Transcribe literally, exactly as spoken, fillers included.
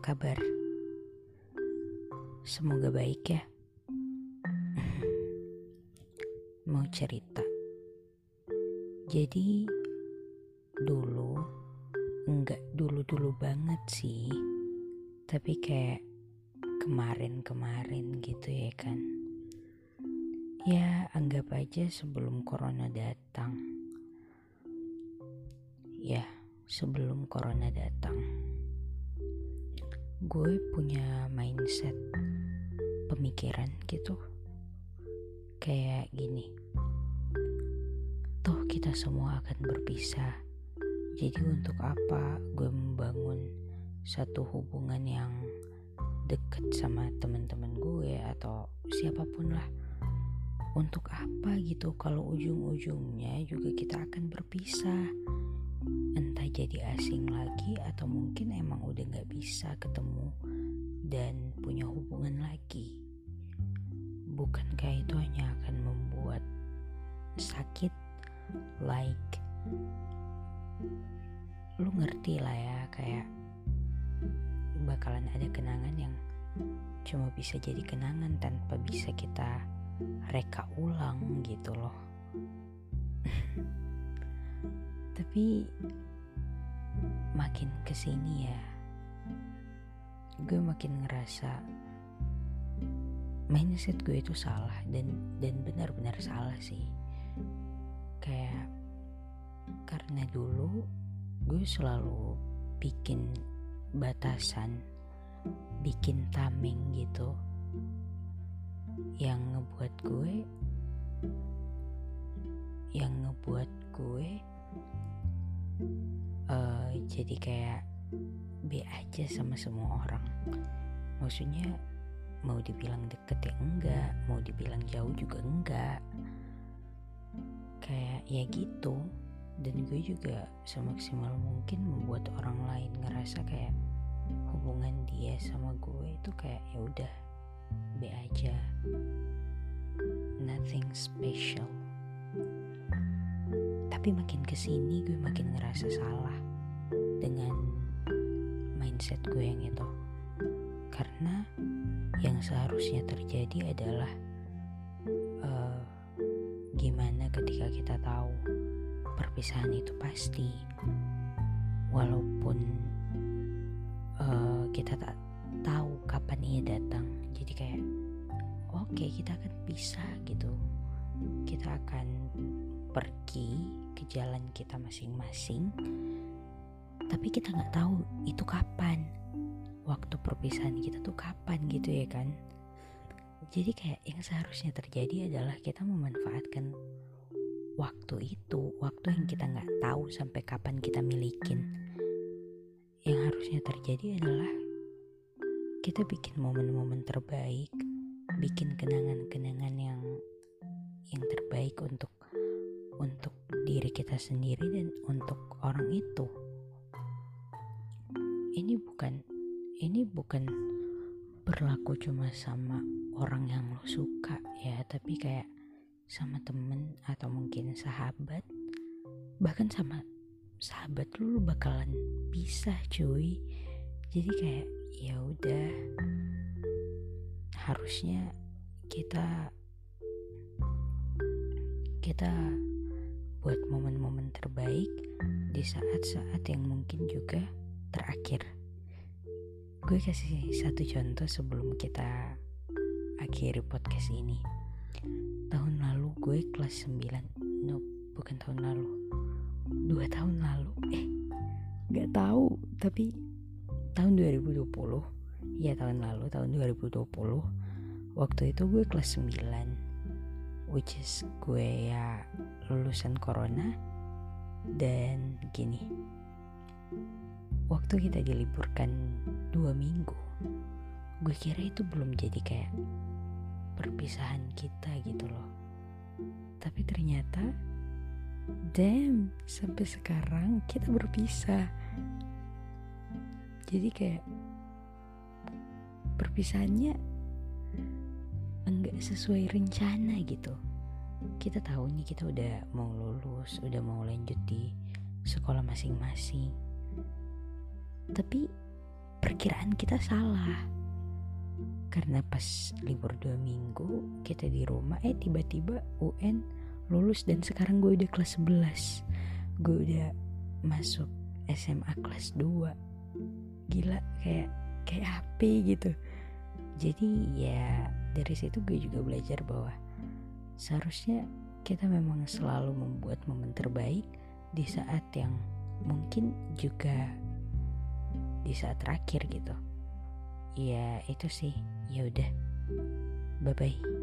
kabar? Semoga baik ya. Mau cerita. Jadi dulu, enggak dulu-dulu banget sih, tapi kayak kemarin-kemarin gitu ya kan. Ya anggap aja sebelum corona datang. Ya sebelum corona datang. Gue punya mindset pemikiran gitu. Kayak gini. Toh kita semua akan berpisah. Jadi untuk apa gue membangun satu hubungan yang deket sama teman-teman gue atau siapapun lah. Untuk apa gitu kalau ujung-ujungnya juga kita akan berpisah. Entah jadi asing lagi atau mungkin emang udah gak bisa ketemu dan punya hubungan lagi. Bukankah itu hanya akan membuat sakit? Like lu ngerti lah ya, kayak bakalan ada kenangan yang cuma bisa jadi kenangan tanpa bisa kita reka ulang gitu loh. Tapi makin kesini ya, gue makin ngerasa mindset gue itu salah dan dan benar-benar salah sih. Kayak karena dulu gue selalu bikin batasan, bikin tameng gitu, yang ngebuat gue, yang ngebuat gue uh, jadi kayak be aja sama semua orang. Maksudnya mau dibilang deket ya enggak, mau dibilang jauh juga enggak. Kayak ya gitu. Dan gue juga semaksimal mungkin membuat orang lain ngerasa kayak hubungan dia sama gue itu kayak ya udah be aja, nothing special. Tapi makin kesini gue makin ngerasa salah dengan mindset gue yang itu. Karena yang seharusnya terjadi adalah uh, gimana ketika kita tahu perpisahan itu pasti, walaupun uh, kita tak tahu kapan ia datang. Jadi kayak oke okay, kita akan pisah gitu, kita akan pergi ke jalan kita masing-masing, tapi kita nggak tahu itu kapan, waktu perpisahan kita tuh kapan gitu ya kan. Jadi kayak yang seharusnya terjadi adalah kita memanfaatkan waktu itu, waktu yang kita gak tahu sampai kapan kita milikin. Yang harusnya terjadi adalah kita bikin momen-momen terbaik, bikin kenangan-kenangan yang yang terbaik untuk untuk diri kita sendiri dan untuk orang itu. Ini bukan ini bukan berlaku cuma sama orang yang lo suka ya, tapi kayak sama temen atau mungkin sahabat, bahkan sama sahabat lu, lu bakalan pisah cuy. Jadi kayak ya udah, harusnya kita kita buat momen-momen terbaik di saat-saat yang mungkin juga terakhir. Gue kasih satu contoh sebelum kita akhiri podcast ini. Tahun lalu gue kelas sembilan. No, bukan tahun lalu. Dua tahun lalu. Eh, gak tahu. Tapi tahun dua ribu dua puluh. Ya tahun lalu, tahun dua ribu dua puluh. Waktu itu gue kelas sembilan. Which is gue ya lulusan corona. Dan gini. Waktu kita diliburkan dua minggu, gue kira itu belum jadi kayak perpisahan kita gitu loh. Tapi ternyata damn, sampai sekarang kita berpisah. Jadi kayak perpisahannya enggak sesuai rencana gitu. Kita tahu nih kita udah mau lulus, udah mau lanjut di sekolah masing-masing. Tapi perkiraan kita salah. Karena pas libur dua minggu kita di rumah, eh tiba-tiba U N lulus dan sekarang gue udah kelas sebelas. Gue udah masuk S M A kelas dua. Gila, kayak kayak H P gitu. Jadi ya dari situ gue juga belajar bahwa seharusnya kita memang selalu membuat momen terbaik di saat yang mungkin juga di saat terakhir gitu. Ya itu sih. Ya udah. Bye bye.